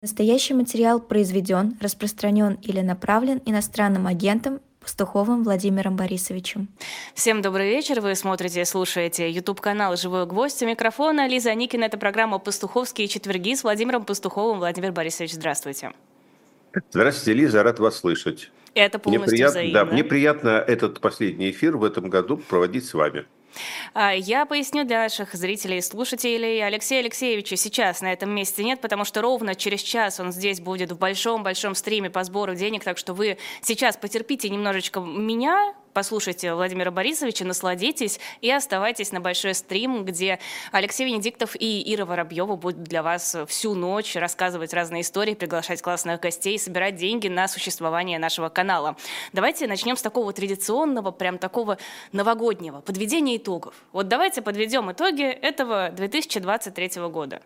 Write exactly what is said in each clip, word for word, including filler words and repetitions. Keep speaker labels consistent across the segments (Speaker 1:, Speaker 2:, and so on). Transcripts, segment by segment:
Speaker 1: Настоящий материал произведен, распространен или направлен иностранным агентом Пастуховым Владимиром Борисовичем.
Speaker 2: Всем добрый вечер. Вы смотрите и слушаете YouTube-канал «Живой гвоздь». У микрофона Лиза Аникина. Это программа «Пастуховские четверги» с Владимиром Пастуховым. Владимир Борисович, здравствуйте.
Speaker 3: Здравствуйте, Лиза, рад вас слышать.
Speaker 2: Это
Speaker 3: Мне
Speaker 2: полностью
Speaker 3: приятно, да,
Speaker 2: взаимно.
Speaker 3: мне приятно этот последний эфир в этом году проводить с вами.
Speaker 2: А, Я поясню для наших зрителей и слушателей. Алексея Алексеевича сейчас на этом месте нет, потому что ровно через час он здесь будет в большом-большом стриме по сбору денег. Так что вы сейчас потерпите немножечко меня, послушайте Владимира Борисовича, насладитесь и оставайтесь на большой стрим, где Алексей Венедиктов и Ира Воробьева будут для вас всю ночь рассказывать разные истории, приглашать классных гостей, собирать деньги на существование нашего канала. Давайте начнем с такого традиционного, прям такого новогоднего подведения итогов. Вот давайте подведем итоги этого две тысячи двадцать третьего года.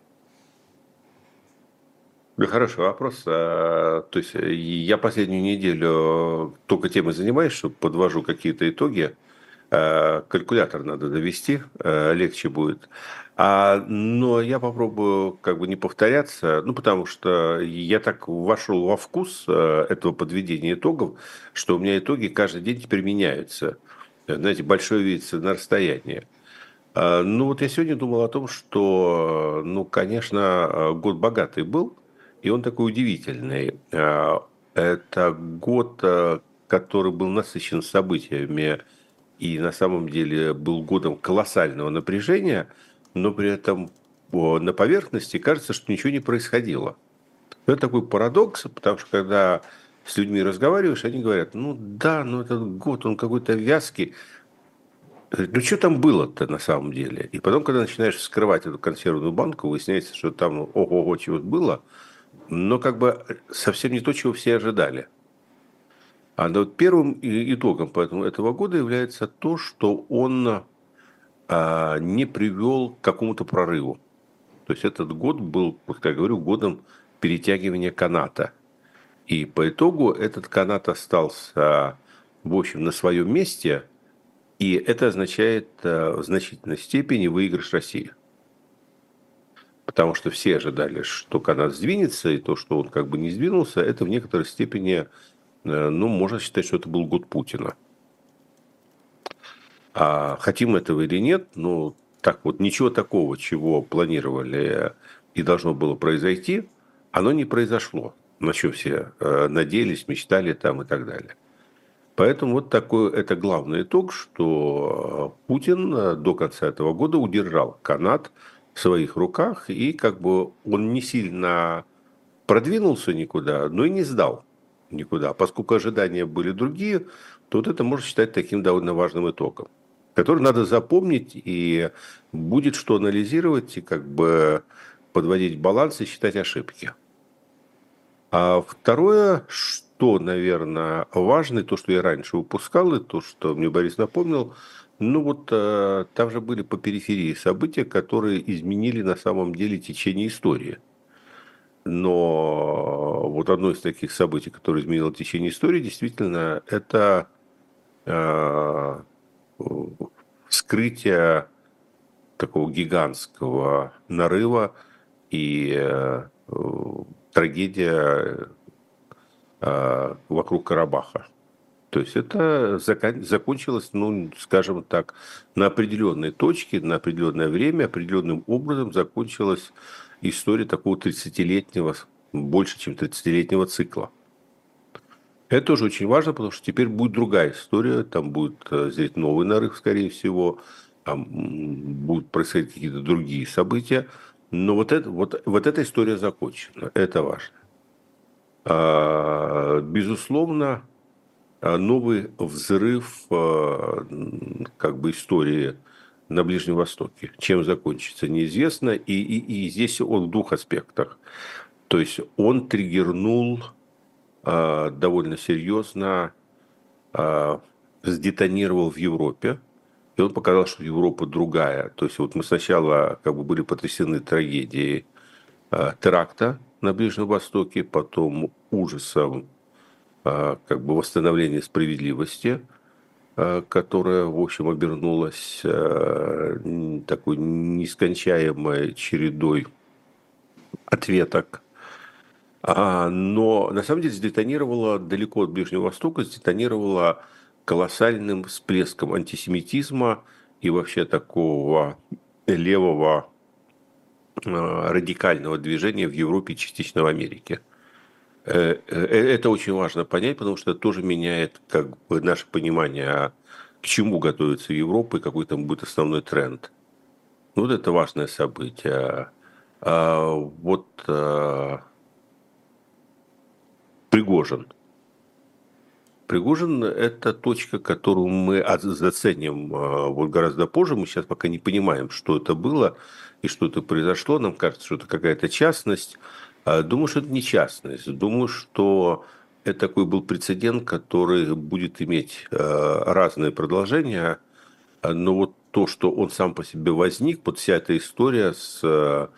Speaker 3: Да, хороший вопрос. А, То есть э, я последнюю неделю только темой занимаюсь, что подвожу какие-то итоги. А, Калькулятор надо довести, э, легче будет. А, но я попробую как бы не повторяться, ну, потому что я так вошел во вкус э, этого подведения итогов, что у меня итоги каждый день теперь меняются. Э, Знаете, большой видится на расстоянии. А, Ну вот я сегодня думал о том, что, ну, конечно, э, год богатый был, и он такой удивительный. А, Это год, э, который был насыщен событиями, и на самом деле был годом колоссального напряжения, но при этом о, на поверхности кажется, что ничего не происходило. Это такой парадокс, потому что когда с людьми разговариваешь, они говорят, ну да, ну этот год, он какой-то вязкий. Ну, что там было-то на самом деле? И потом, когда начинаешь вскрывать эту консервную банку, выясняется, что там ну, ого-го чего было, но как бы совсем не то, чего все ожидали. А ну, вот первым и- итогом поэтому этого года является то, что он а, не привел к какому-то прорыву. То есть этот год был, вот как я говорю, годом перетягивания каната. И по итогу этот канат остался, в общем, на своем месте, и это означает э, в значительной степени выигрыш России. Потому что все ожидали, что канат сдвинется, и то, что он как бы не сдвинулся, это в некоторой степени, э, ну, можно считать, что это был год Путина. А хотим этого или нет, ну, так вот, ничего такого, чего планировали и должно было произойти, оно не произошло. На что все э, надеялись, мечтали там и так далее. Поэтому вот такой это главный итог, что Путин э, до конца этого года удержал канат в своих руках, и как бы он не сильно продвинулся никуда, но и не сдал никуда. Поскольку ожидания были другие, то вот это можно считать таким довольно важным итогом, который надо запомнить, и будет что анализировать, и как бы подводить баланс и считать ошибки. А второе, что, наверное, важно, и то, что я раньше упускал, и то, что мне Борис напомнил, ну вот э, там же были по периферии события, которые изменили на самом деле течение истории. Но вот одно из таких событий, которое изменило течение истории, действительно, это э, вскрытие такого гигантского нарыва и э, трагедия э, вокруг Карабаха. То есть это закон- закончилось, ну, скажем так, на определенной точке, на определенное время, определенным образом закончилась история такого тридцатилетнего, больше, чем тридцатилетнего цикла. Это тоже очень важно, потому что теперь будет другая история, там будет э, зреть новый нарыв, скорее всего, там м, будут происходить какие-то другие события, но вот, это, вот, вот эта история закончена, это важно. А, безусловно, а, новый взрыв а, м, как бы истории на Ближнем Востоке. Чем закончится, неизвестно. И, и, и здесь он в двух аспектах. То есть он триггернул а, довольно серьезно, а, сдетонировал в Европе. И он показал, что Европа другая. То есть вот мы сначала как бы были потрясены трагедией а, теракта на Ближнем Востоке, потом ужасом а, как бы восстановления справедливости, а, которая, в общем, обернулась а, н- такой нескончаемой чередой ответок. А, но на самом деле сдетонировала далеко от Ближнего Востока, сдетонировала колоссальным всплеском антисемитизма и вообще такого левого э, радикального движения в Европе и частично в Америке. Э, э, Это очень важно понять, потому что это тоже меняет как бы наше понимание, а к чему готовится Европа и какой там будет основной тренд. Ну, вот это важное событие. А, вот а, Пригожин. Пригожин – это точка, которую мы от- заценим а, вот гораздо позже. Мы сейчас пока не понимаем, что это было и что это произошло. Нам кажется, что это какая-то частность. А, Думаю, что это не частность. Думаю, что это такой был прецедент, который будет иметь а, разные продолжения. А, Но вот то, что он сам по себе возник, вот вся эта история с а,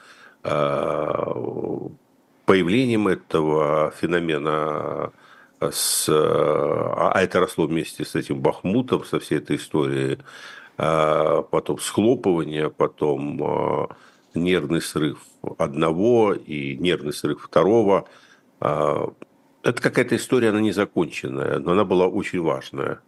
Speaker 3: а, появлением этого феномена, а, с, а а это росло вместе с этим Бахмутом, со всей этой историей, а, потом схлопывание, потом а, нервный срыв одного и нервный срыв второго. А, Это какая-то история, она незаконченная, но она была очень важная.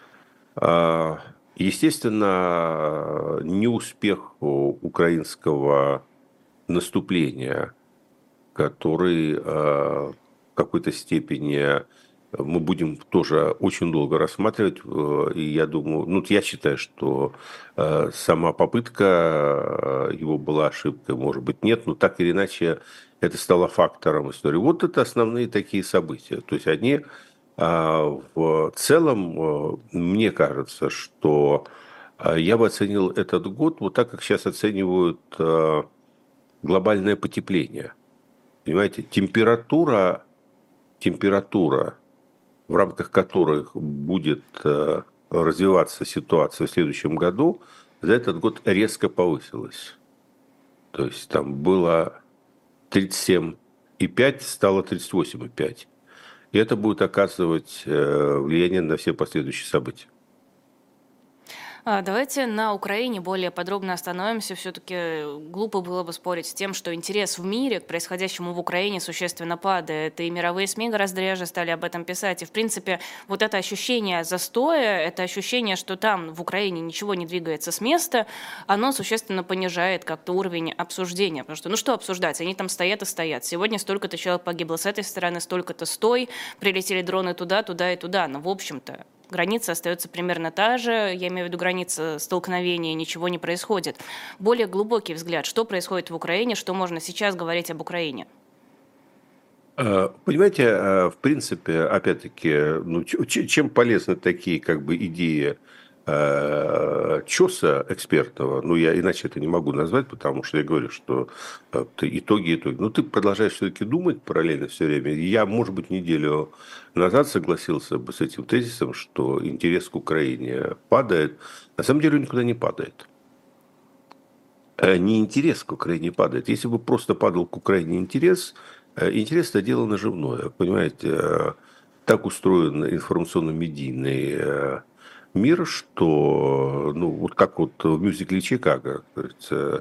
Speaker 3: А, Естественно, неуспех украинского наступления, который э, в какой-то степени мы будем тоже очень долго рассматривать. э, И я думаю, ну, вот я считаю, что э, сама попытка э, его была ошибкой, может быть, нет, но так или иначе это стало фактором истории. Вот это основные такие события. То есть они а, в целом, э, мне кажется, что э, я бы оценил этот год вот так, как сейчас оценивают э, глобальное потепление. Понимаете, температура, температура, в рамках которых будет э, развиваться ситуация в следующем году, за этот год резко повысилась. То есть там было тридцать семь и пять, стало тридцать восемь и пять. И это будет оказывать э, влияние на все последующие события.
Speaker 2: А, Давайте на Украине более подробно остановимся. Все-таки глупо было бы спорить с тем, что интерес в мире к происходящему в Украине существенно падает, и мировые СМИ гораздо реже стали об этом писать. И, в принципе, вот это ощущение застоя, это ощущение, что там, в Украине, ничего не двигается с места, оно существенно понижает как-то уровень обсуждения. Потому что, ну что обсуждать? Они там стоят и стоят. Сегодня столько-то человек погибло с этой стороны, столько-то с той, прилетели дроны туда, туда и туда. Но, в общем-то, граница остается примерно та же, я имею в виду граница столкновения, ничего не происходит. Более глубокий взгляд, что происходит в Украине, что можно сейчас говорить об Украине?
Speaker 3: Э, Понимаете, э, в принципе, опять-таки, ну, ч- ч- чем полезны такие как бы идеи э, ЧОСа экспертного, ну, я иначе это не могу назвать, потому что я говорю, что э, ты итоги, итоги. Ну, ты продолжаешь все-таки думать параллельно все время. Я, может быть, неделю назад согласился бы с этим тезисом, что интерес к Украине падает. На самом деле он никуда не падает. Э, Не интерес к Украине падает. Если бы просто падал к Украине интерес, э, интерес – это дело наживное. Понимаете, э, так устроен информационно-медийный э, мир, что, ну, вот как вот в мюзикле «Чикаго», то есть, э,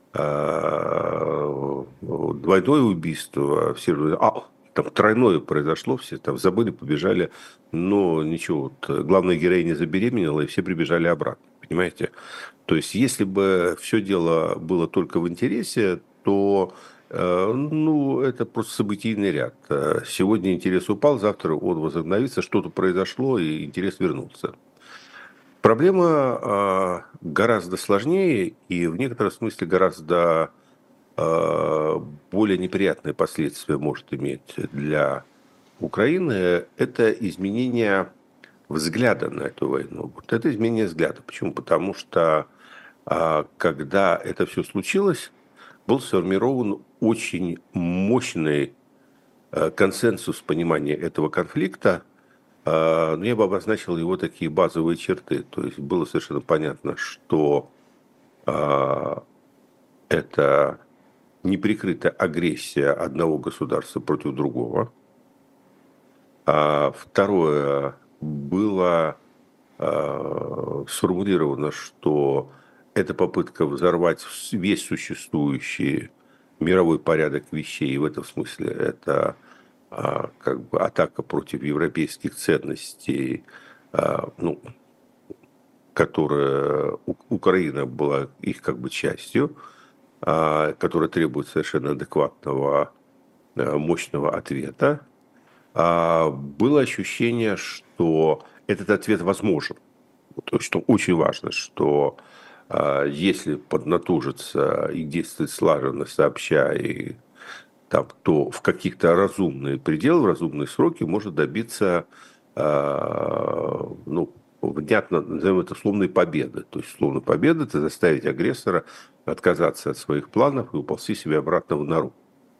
Speaker 3: а, двойное убийство, все, же, а, там тройное произошло, все там забыли, побежали, но ничего, вот, э, главная героиня забеременела, и все прибежали обратно, понимаете? То есть, если бы все дело было только в интересе, то э, ну, это просто событийный ряд. Э, Сегодня интерес упал, завтра он возобновится, что-то произошло, и интерес вернулся. Проблема а, гораздо сложнее и в некотором смысле гораздо а, более неприятные последствия может иметь для Украины. Это изменение взгляда на эту войну. Вот это изменение взгляда. Почему? Потому что а, когда это все случилось, был сформирован очень мощный э, консенсус понимания этого конфликта. А, Но я бы обозначил его такие базовые черты. То есть было совершенно понятно, что а, это неприкрытая агрессия одного государства против другого. А второе, было а, сформулировано, что это попытка взорвать весь существующий мировой порядок вещей, и в этом смысле это а, как бы атака против европейских ценностей, а, ну, которая У- Украина была их как бы частью, а, которая требует совершенно адекватного, а, мощного ответа. А, было ощущение, что этот ответ возможен. То есть, что очень важно, что а, если поднатужиться и действовать слаженно, сообща, и там, то в каких-то разумные пределы, в разумные сроки может добиться, а, ну, внятно, назовем это, условной победы. То есть, условная победа – это заставить агрессора отказаться от своих планов и уползти себе обратно в нору.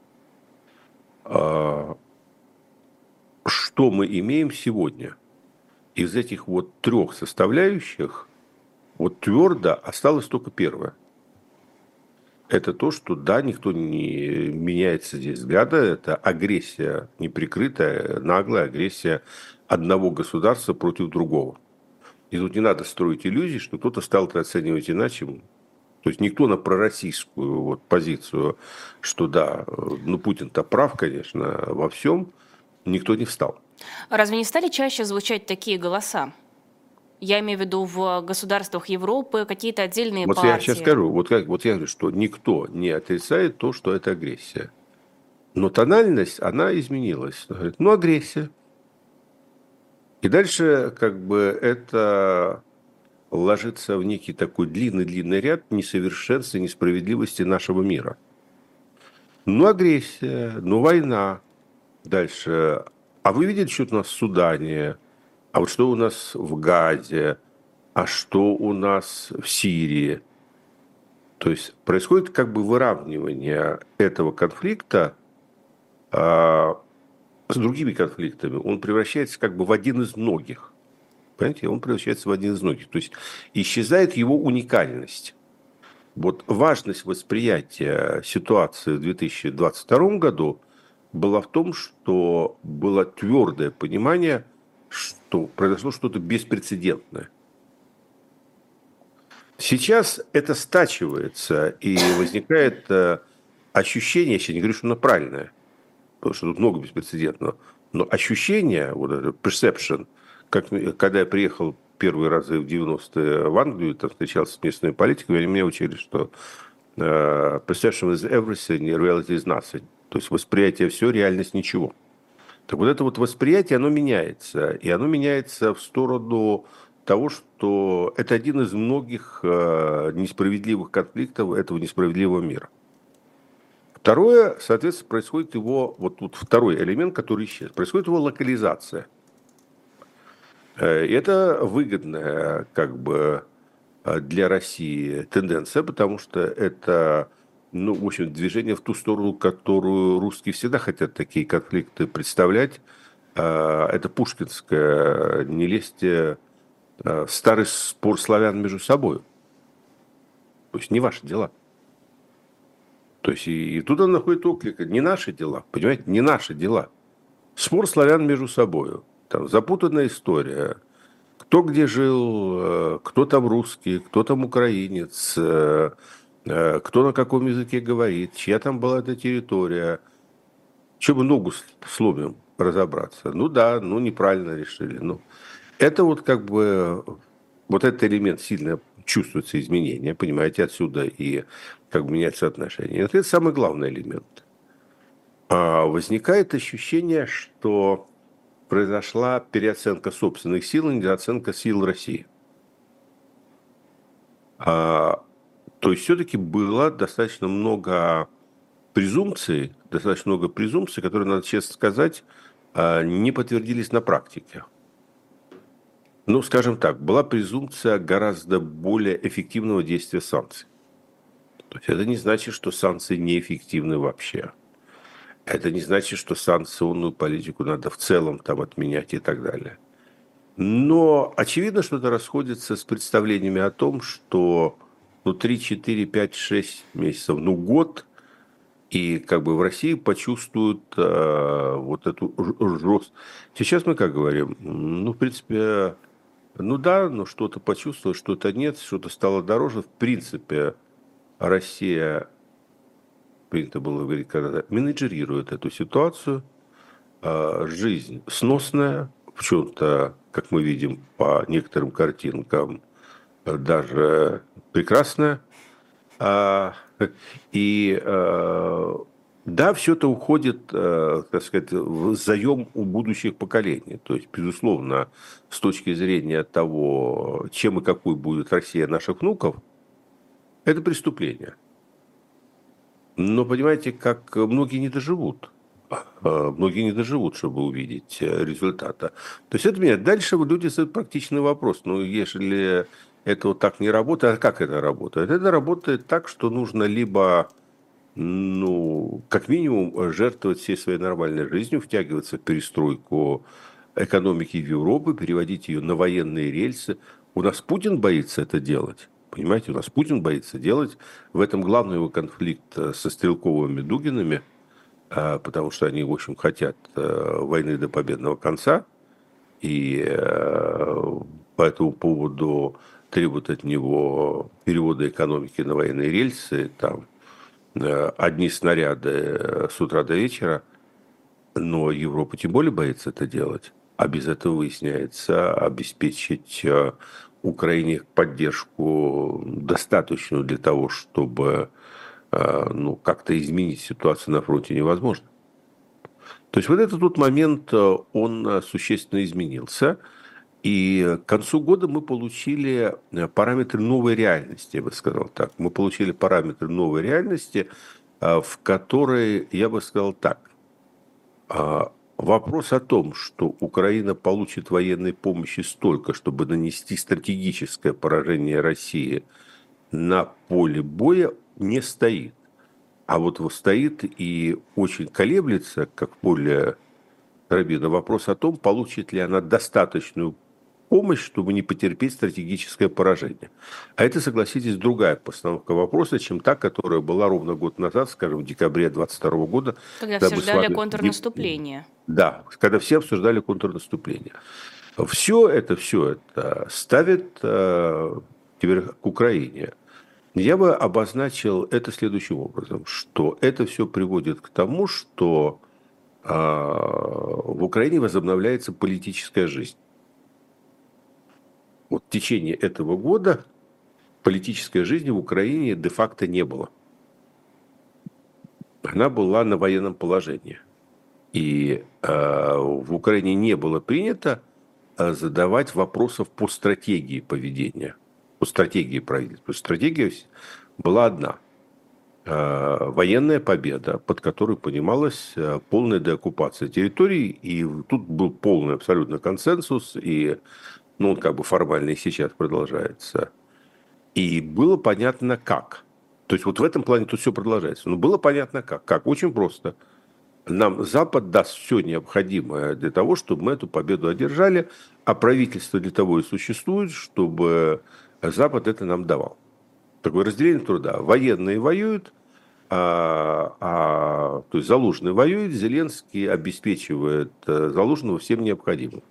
Speaker 3: А, Что мы имеем сегодня? Из этих вот трех составляющих вот твердо осталось только первое. Это то, что да, никто не меняется здесь взгляда, это агрессия неприкрытая, наглая агрессия одного государства против другого. И тут не надо строить иллюзий, что кто-то стал это оценивать иначе. То есть никто на пророссийскую вот позицию, что да, ну Путин-то прав, конечно, во всем, никто не встал.
Speaker 2: Разве не стали чаще звучать такие голоса? Я имею в виду в государствах Европы какие-то отдельные
Speaker 3: Вот я сейчас
Speaker 2: партии.
Speaker 3: скажу, вот, как, вот я говорю, что никто не отрицает то, что это агрессия. Но тональность, она изменилась. Она говорит, ну, агрессия. И дальше как бы это ложится в некий такой длинный-длинный ряд несовершенств и несправедливости нашего мира. Ну, агрессия, ну, война. Дальше. А вы видели, что у нас в Судане? А вот что у нас в Газе? А что у нас в Сирии? То есть происходит как бы выравнивание этого конфликта а, с другими конфликтами. Он превращается как бы в один из многих. Понимаете, он превращается в один из многих. То есть исчезает его уникальность. Вот важность восприятия ситуации в две тысячи двадцать втором году была в том, что было твердое понимание, что произошло что-то беспрецедентное. Сейчас это стачивается, и возникает э, ощущение, я сейчас не говорю, что оно правильное, потому что тут много беспрецедентного, но ощущение, вот это perception, как, когда я приехал первые разы в девяностые в Англию, там встречался с местными политиками, они меня учили, что э, perception is everything, reality is nothing. То есть восприятие все, реальность ничего. Так вот это вот восприятие, оно меняется. И оно меняется в сторону того, что это один из многих э, несправедливых конфликтов этого несправедливого мира. Второе, соответственно, происходит его, вот тут второй элемент, который исчез, происходит его локализация. Э, И это выгодная как бы э, для России тенденция, потому что это, ну, в общем, движение в ту сторону, которую русские всегда хотят такие конфликты представлять. Э, Это пушкинское «не лезьте э, в старый спор славян между собой». То есть не ваши дела. То есть и, и тут он находит отклик. Не наши дела, понимаете, не наши дела. Спор славян между собой. Там запутанная история. Кто где жил, э, кто там русский, кто там украинец, э, э, кто на каком языке говорит, чья там была эта территория. Че бы ногу с- сломим разобраться? Ну да, ну неправильно решили. Ну, это вот как бы, вот этот элемент сильно чувствуется изменения, понимаете, отсюда и как бы меняются отношения. Это самый главный элемент. А возникает ощущение, что произошла переоценка собственных сил и недооценка сил России. А, то есть все-таки было достаточно много презумпций, достаточно много презумпций, которые, надо честно сказать, а, не подтвердились на практике. Ну, скажем так, была презумпция гораздо более эффективного действия санкций. То есть это не значит, что санкции неэффективны вообще. Это не значит, что санкционную политику надо в целом там отменять и так далее. Но очевидно, что это расходится с представлениями о том, что ну, три, четыре, пять, шесть месяцев, ну год, и как бы в России почувствуют э, вот эту жесткость. Сейчас мы как говорим, ну, в принципе, ну да, но что-то почувствовал, что-то нет, что-то стало дороже. В принципе, Россия принято было говорить, когда менеджерирует эту ситуацию. Жизнь сносная, в чем-то, как мы видим по некоторым картинкам, даже прекрасная. И да, все это уходит, так сказать, в заем у будущих поколений. То есть, безусловно, с точки зрения того, чем и какой будет Россия наших внуков, это преступление. Но понимаете, как многие не доживут. Многие не доживут, чтобы увидеть результата. То есть это меня. Дальше люди задают практичный вопрос. Ну, если это вот так не работает, а как это работает? Это работает так, что нужно либо, ну, как минимум, жертвовать всей своей нормальной жизнью, втягиваться в перестройку экономики в Европе, переводить ее на военные рельсы. У нас Путин боится это делать. Понимаете, у нас Путин боится делать. В этом главный его конфликт со Стрелковыми, Дугинами, потому что они, в общем, хотят войны до победного конца. И по этому поводу требуют от него перевода экономики на военные рельсы, там одни снаряды с утра до вечера, но Европа тем более боится это делать. А без этого выясняется обеспечить Украине поддержку достаточную для того, чтобы, ну, как-то изменить ситуацию на фронте, невозможно. То есть вот этот вот момент, он существенно изменился. И к концу года мы получили параметры новой реальности, я бы сказал так. Мы получили параметры новой реальности, в которой, я бы сказал так, вопрос о том, что Украина получит военной помощи столько, чтобы нанести стратегическое поражение России на поле боя, не стоит. А вот стоит и очень колеблется, как в поле Рабина, вопрос о том, получит ли она достаточную помощь, чтобы не потерпеть стратегическое поражение. А это, согласитесь, другая постановка вопроса, чем та, которая была ровно год назад, скажем, в декабре двадцать второго года.
Speaker 2: Когда все ждали вами... контрнаступления.
Speaker 3: Да, когда все обсуждали контрнаступление. Все это, все это ставит э, теперь к Украине. Я бы обозначил это следующим образом, что это все приводит к тому, что э, в Украине возобновляется политическая жизнь. Вот в течение этого года политической жизни в Украине де-факто не было. Она была на военном положении. И э, в Украине не было принято задавать вопросов по стратегии поведения, по стратегии правительства. Стратегия была одна. Э, военная победа, под которой понималась полная деоккупация территорий. И тут был полный абсолютно консенсус. И ну, он как бы формально и сейчас продолжается. И было понятно, как. То есть вот в этом плане тут все продолжается. Но было понятно, как. Как? Очень просто. Нам Запад даст все необходимое для того, чтобы мы эту победу одержали, а правительство для того и существует, чтобы Запад это нам давал. Такое разделение труда. Военные воюют, а, а, то есть Залужный воюет, Зеленский обеспечивает Залужного всем необходимым.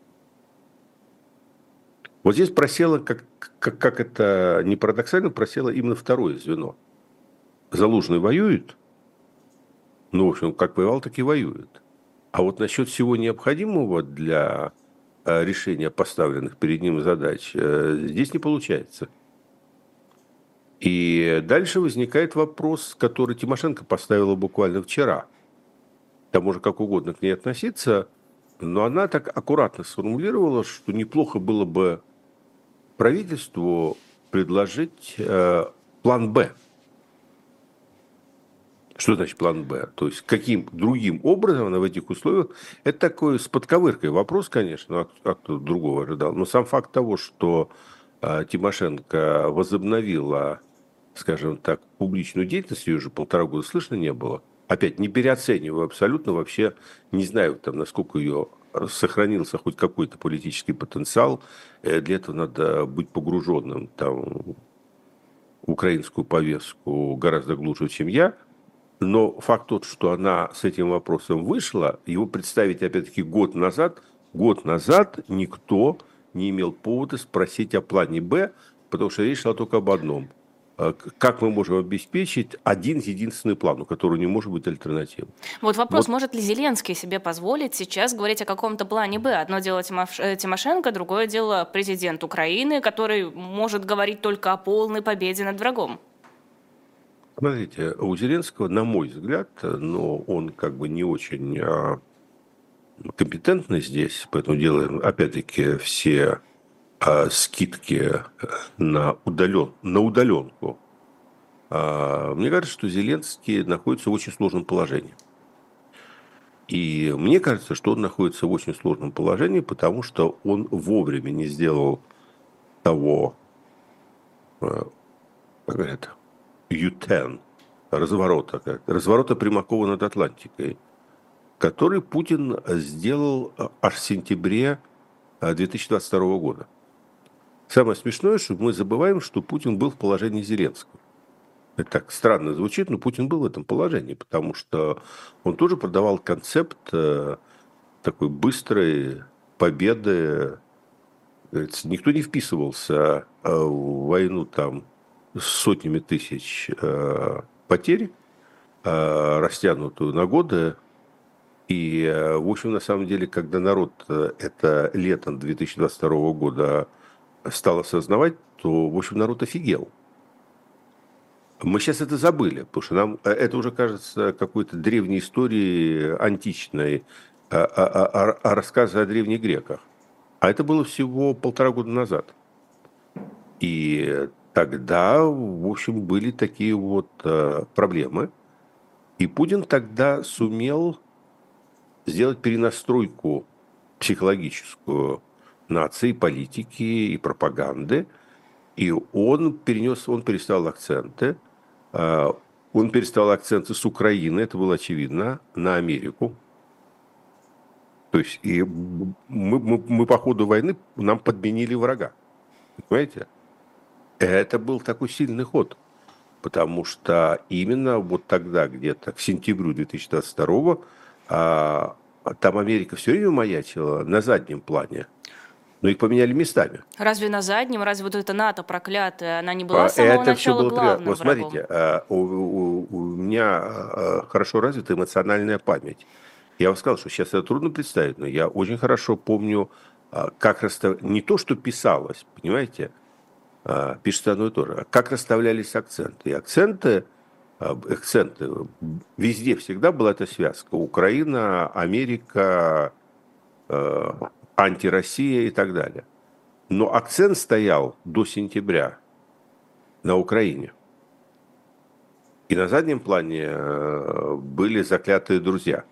Speaker 3: Вот здесь просело, как, как, как это не парадоксально, просело именно второе звено. Залужный воюет, ну, в общем, как воевал, так и воюет. А вот насчет всего необходимого для решения поставленных перед ним задач здесь не получается. И дальше возникает вопрос, который Тимошенко поставила буквально вчера. Там можно как угодно к ней относиться, но она так аккуратно сформулировала, что неплохо было бы правительству предложить э, план «Б». Что значит план «Б»? То есть каким другим образом она в этих условиях... Это такой с подковыркой вопрос, конечно, а кто другого ожидал. Но сам факт того, что э, Тимошенко возобновила, скажем так, публичную деятельность, ее уже полтора года слышно не было. Опять, не переоцениваю абсолютно, вообще не знаю, там, насколько ее... сохранился хоть какой-то политический потенциал. Для этого надо быть погруженным там, в украинскую повестку гораздо глубже, чем я. Но факт тот, что она с этим вопросом вышла, его представить опять-таки год назад, год назад никто не имел повода спросить о плане «Б», потому что речь шла только об одном. как мы можем обеспечить один единственный план, у которого не может быть альтернативы.
Speaker 2: Вот вопрос,
Speaker 3: Вот.
Speaker 2: может ли Зеленский себе позволить сейчас говорить о каком-то плане «Б»? Одно дело Тимошенко, другое дело президент Украины, который может говорить только о полной победе над врагом.
Speaker 3: Смотрите, у Зеленского, на мой взгляд, но он как бы не очень компетентный здесь, поэтому делаем, опять-таки, все скидки на, удален, на удаленку. Мне кажется, что Зеленский находится в очень сложном положении. И мне кажется, что он находится в очень сложном положении, потому что он вовремя не сделал того, как говорят, ю-терн, разворота, как, разворота Примакова над Атлантикой, который Путин сделал аж в сентябре две тысячи двадцать второго года. Самое смешное, что мы забываем, что Путин был в положении Зеленского. Это так странно звучит, но Путин был в этом положении, потому что он тоже продавал концепт такой быстрой победы. Никто не вписывался в войну там с сотнями тысяч потерь, растянутую на годы. И, в общем, на самом деле, когда народ это летом две тысячи двадцать второго года стал осознавать, то, в общем, народ офигел. Мы сейчас это забыли, потому что нам это уже кажется какой-то древней историей античной, а, а, а, а рассказы о древних греках. А это было всего полтора года назад. И тогда, в общем, были такие вот проблемы. И Путин тогда сумел сделать перенастройку психологическую нации, политики и пропаганды. И он перенес, он переставил акценты. Он переставил акценты с Украины, это было очевидно, на Америку. То есть и мы, мы, мы по ходу войны нам подменили врага. Понимаете? Это был такой сильный ход. Потому что именно вот тогда, где-то к сентябрю две тысячи двадцать второго, а, там Америка все время маячила на заднем плане. Но их поменяли местами.
Speaker 2: Разве на заднем? Разве вот это НАТО проклятое, она не была с самого
Speaker 3: это
Speaker 2: начала главным
Speaker 3: вот
Speaker 2: врагом?
Speaker 3: Смотрите, у, у, у меня хорошо развита эмоциональная память. Я вам сказал, что сейчас это трудно представить, но я очень хорошо помню, как расстав... не то, что писалось, понимаете, пишется одно и то же, а как расставлялись акценты. И акценты, акценты, везде всегда была эта связка. Украина, Америка, антироссия и так далее. Но акцент стоял до сентября на Украине. И на заднем плане были заклятые друзья.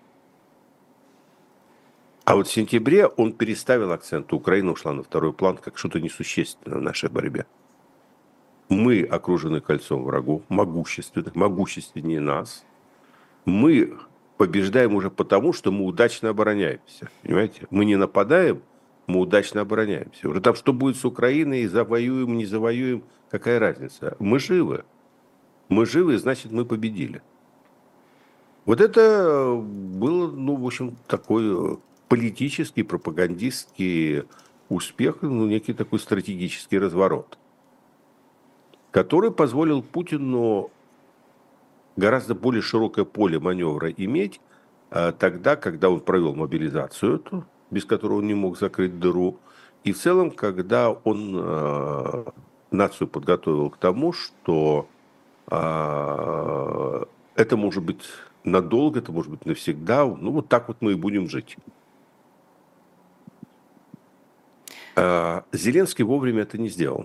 Speaker 3: А вот в сентябре он переставил акцент. Украина ушла на второй план как что-то несущественное в нашей борьбе. Мы окружены кольцом врагов, могущественных, могущественнее нас. Мы побеждаем уже потому, что мы удачно обороняемся. Понимаете? Мы не нападаем, мы удачно обороняемся. Уже там что будет с Украиной, завоюем, не завоюем, какая разница? Мы живы. Мы живы, значит, мы победили. Вот это было, ну, в общем, такой политический, пропагандистский успех, ну, некий такой стратегический разворот, который позволил Путину гораздо более широкое поле маневра иметь а, тогда, когда он провел мобилизацию эту, без которой он не мог закрыть дыру, и в целом, когда он а, нацию подготовил к тому, что а, это может быть надолго, это может быть навсегда, ну вот так вот мы и будем жить. А, Зеленский вовремя это не сделал.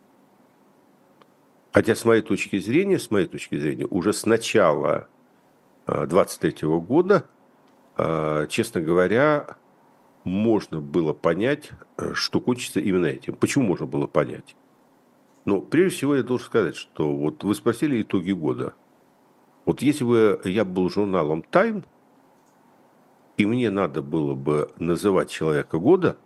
Speaker 3: Хотя, с моей точки зрения, с моей точки зрения, уже с начала двадцать третьего года, честно говоря, можно было понять, что кончится именно этим. Почему можно было понять? Ну, прежде всего, я должен сказать, что вот вы спросили итоги года. Вот если бы я был журналом Time, и мне надо было бы называть человека года,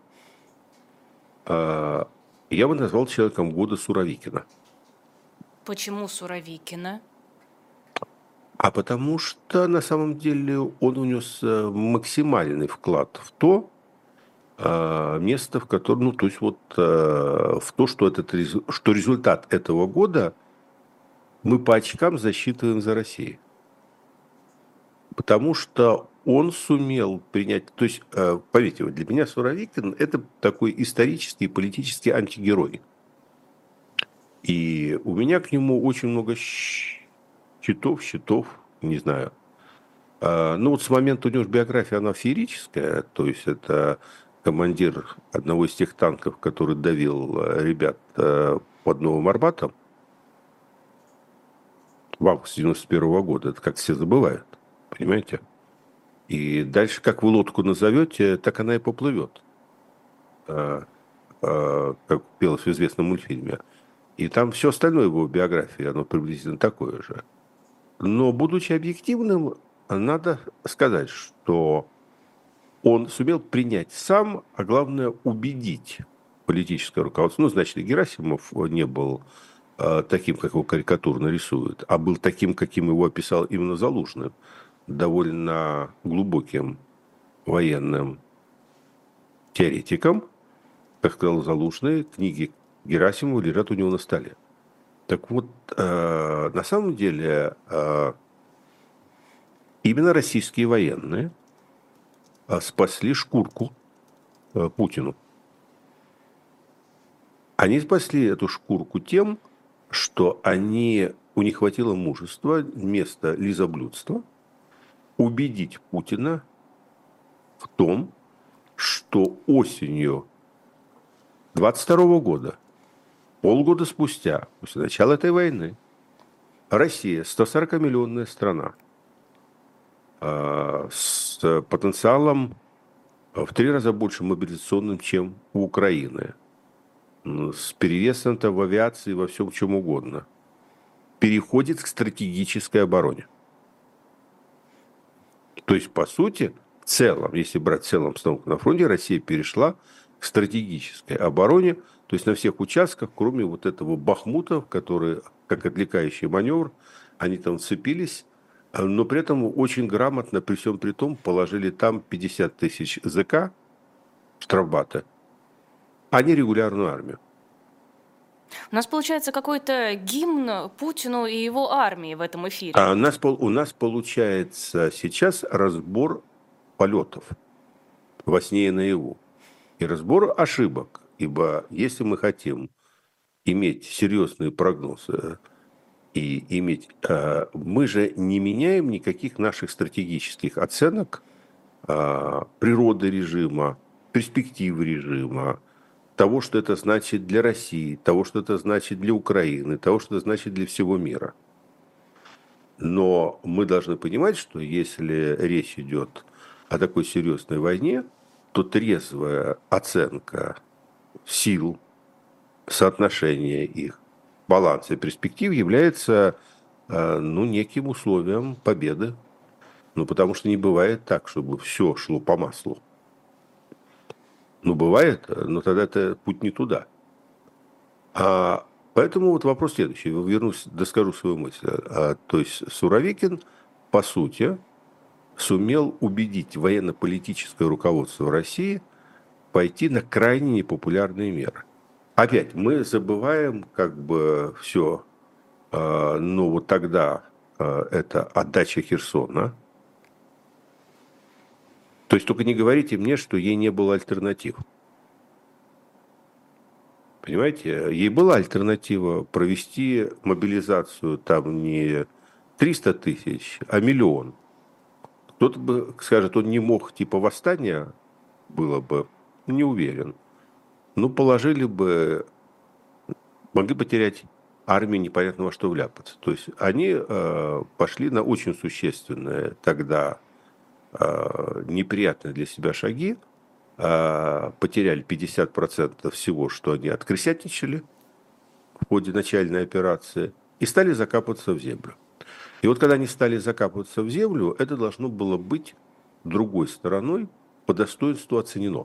Speaker 3: я бы назвал человеком года Суровикина.
Speaker 2: Почему Суровикина?
Speaker 3: А потому что на самом деле он унес максимальный вклад в то место, в котором, ну, то есть вот в то, что, этот, что результат этого года мы по очкам засчитываем за Россией. Потому что он сумел принять... То есть, э, поверьте, для меня Суровикин – это такой исторический и политический антигерой. И у меня к нему очень много счетов, счетов, не знаю. А, ну вот с момента у него же биография, она феерическая. То есть это командир одного из тех танков, который давил ребят под Новым Арбатом в августе девяносто первого года. Это как все забывают, понимаете? И дальше, как вы лодку назовете, так она и поплывет. А, а, как пелось в известном мультфильме. И там все остальное его биографии, оно приблизительно такое же. Но, будучи объективным, надо сказать, что он сумел принять сам, а главное убедить политическое руководство. Ну, значит, и Герасимов не был э, таким, как его карикатурно рисуют, а был таким, каким его описал именно Залужный, довольно глубоким военным теоретиком. Как сказал Залужный, книги Герасимова лежат у него на столе. Так вот, э, на самом деле, э, именно российские военные э, спасли шкурку э, Путину. Они спасли эту шкурку тем, что они, у них хватило мужества вместо лизоблюдства убедить Путина в том, что осенью двадцать второго года, полгода спустя, после начала этой войны, Россия, сто сорокамиллионная страна, с потенциалом в три раза больше мобилизационным, чем у Украины, с перевесом-то в авиации, во всем чем угодно, переходит к стратегической обороне. То есть, по сути, в целом, если брать в целом обстановку на фронте, Россия перешла к стратегической обороне, то есть на всех участках, кроме вот этого Бахмута, который, как отвлекающий маневр, они там вцепились, но при этом очень грамотно, при всем при том, положили там пятьдесят тысяч ЗК, штрафбата, а не регулярную армию.
Speaker 2: У нас получается какой-то гимн Путину и его армии в этом эфире.
Speaker 3: А у нас, у нас получается сейчас разбор полетов во сне и наяву. И разбор ошибок. Ибо если мы хотим иметь серьезные прогнозы и иметь... Мы же не меняем никаких наших стратегических оценок природы режима, перспективы режима, того, что это значит для России, того, что это значит для Украины, того, что это значит для всего мира. Но мы должны понимать, что если речь идет о такой серьезной войне, то трезвая оценка сил, соотношения их, баланса и перспектив является ну, неким условием победы. Ну, потому что не бывает так, чтобы все шло по маслу. Ну, бывает, но тогда это путь не туда. А поэтому вот вопрос следующий. Вернусь, доскажу свою мысль. А, то есть Суровикин, по сути, сумел убедить военно-политическое руководство России пойти на крайне непопулярные меры. Опять, мы забываем как бы все, э, ну вот тогда э, это отдача Херсона. То есть только не говорите мне, что ей не было альтернатив. Понимаете, ей была альтернатива провести мобилизацию там не триста тысяч, а миллион. Кто-то бы скажет, он не мог, типа восстания было бы, не уверен. Ну, положили бы, могли потерять армию, непонятно во что вляпаться. То есть они э, пошли на очень существенные тогда э, неприятные для себя шаги, э, потеряли пятьдесят процентов всего, что они открысятничали в ходе начальной операции, и стали закапываться в землю. И вот когда они стали закапываться в землю, это должно было быть другой стороной по достоинству оценено.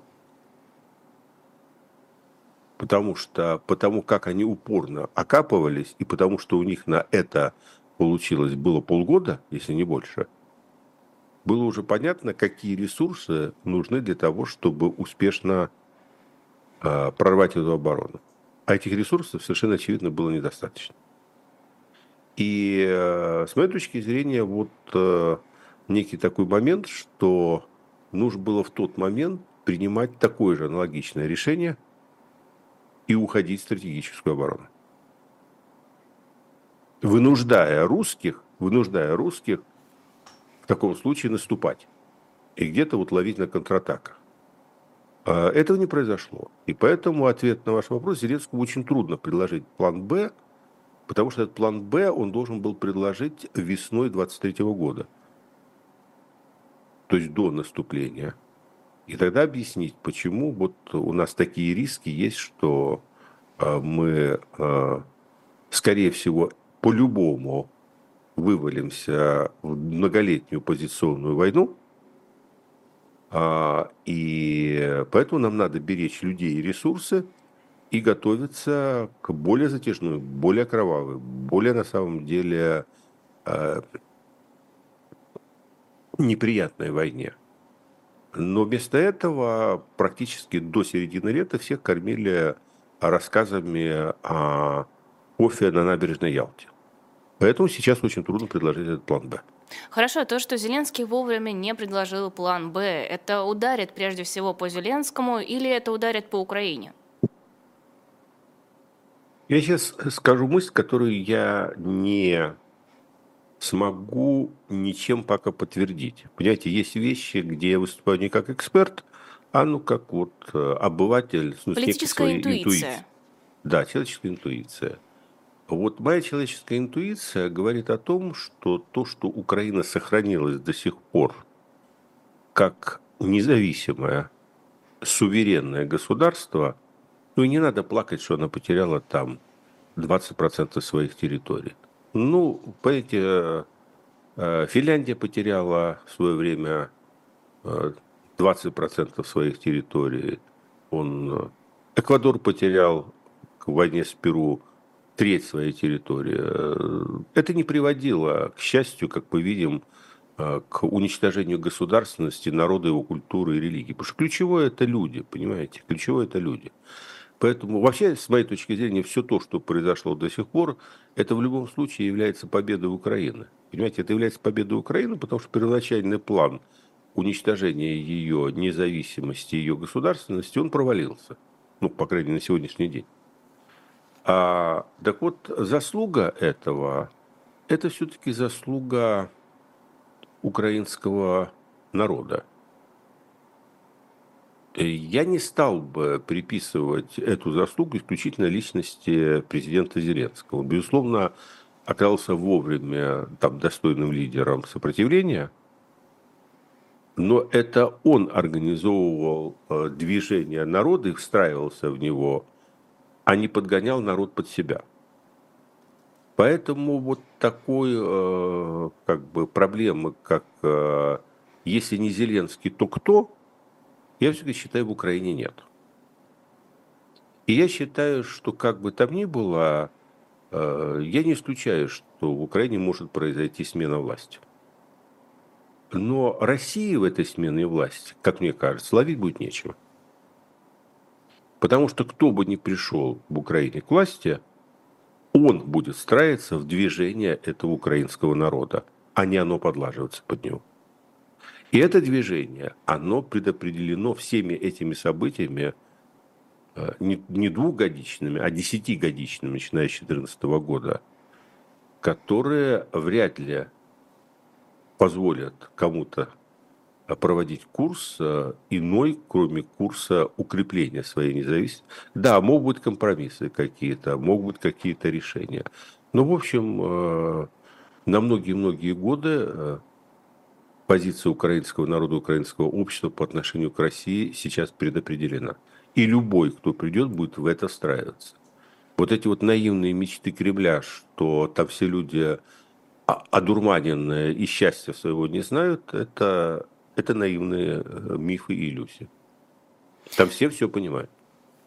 Speaker 3: Потому что, потому как они упорно окапывались, и потому что у них на это получилось было полгода, если не больше, было уже понятно, какие ресурсы нужны для того, чтобы успешно э, прорвать эту оборону. А этих ресурсов совершенно очевидно было недостаточно. И э, с моей точки зрения, вот э, некий такой момент, что нужно было в тот момент принимать такое же аналогичное решение и уходить в стратегическую оборону. Вынуждая русских, вынуждая русских в таком случае наступать и где-то вот ловить на контратаках. А этого не произошло. И поэтому ответ на ваш вопрос: Зеленскому очень трудно предложить план «Б», потому что этот план «Б» он должен был предложить весной двадцать третьего года, то есть до наступления. И тогда объяснить, почему вот у нас такие риски есть, что э, мы, э, скорее всего, по-любому вывалимся в многолетнюю позиционную войну, а, и поэтому нам надо беречь людей и ресурсы и готовиться к более затяжной, более кровавой, более на самом деле э, неприятной войне. Но вместо этого практически до середины лета всех кормили рассказами о кофе на набережной Ялте. Поэтому сейчас очень трудно предложить этот план «Б».
Speaker 2: Хорошо, то, что Зеленский вовремя не предложил план «Б», это ударит прежде всего по Зеленскому или это ударит по Украине?
Speaker 3: Я сейчас скажу мысль, которую я не смогу ничем пока подтвердить. Понимаете, есть вещи, где я выступаю не как эксперт, а ну как вот э, обыватель, ну, с некой
Speaker 2: Политическая
Speaker 3: своей
Speaker 2: интуиция.
Speaker 3: интуицией. Да, человеческая интуиция. Вот моя человеческая интуиция говорит о том, что то, что Украина сохранилась до сих пор как независимое, суверенное государство, ну и не надо плакать, что она потеряла там двадцать процентов своих территорий. Ну, понимаете, э, Финляндия потеряла в свое время э, двадцать процентов своих территорий. Он, э, Эквадор потерял в войне с Перу треть своей территории. Э, Это не приводило, к счастью, как мы видим, э, к уничтожению государственности, народа, его культуры и религии. Потому что ключевое – это люди, понимаете? Ключевое – это люди. Поэтому вообще, с моей точки зрения, все то, что произошло до сих пор, это в любом случае является победой Украины. Понимаете, это является победой Украины, потому что первоначальный план уничтожения ее независимости, ее государственности, он провалился. Ну, по крайней мере, на сегодняшний день. А, так вот, заслуга этого, это все-таки заслуга украинского народа. Я не стал бы приписывать эту заслугу исключительно личности президента Зеленского. Он, безусловно, оказался вовремя там достойным лидером сопротивления, но это он организовывал э, движение народа и встраивался в него, а не подгонял народ под себя. Поэтому вот такой э, как бы проблемы, как э, если не Зеленский, то кто? Я все-таки считаю, в Украине нет. И я считаю, что как бы там ни было, э, я не исключаю, что в Украине может произойти смена власти. Но России в этой смене власти, как мне кажется, ловить будет нечего. Потому что кто бы ни пришел в Украине к власти, он будет встраиваться в движение этого украинского народа, а не оно подлаживаться под него. И это движение, оно предопределено всеми этими событиями, не, не двухгодичными, а десятигодичными, начиная с две тысячи четырнадцатого года, которые вряд ли позволят кому-то проводить курс иной, кроме курса укрепления своей независимости. Да, могут быть компромиссы какие-то, могут быть какие-то решения. Но, в общем, на многие-многие годы позиция украинского народа, украинского общества по отношению к России сейчас предопределена. И любой, кто придет, будет в это встраиваться. Вот эти вот наивные мечты Кремля, что там все люди одурманенные и счастья своего не знают, это, это наивные мифы и иллюзии. Там все все понимают.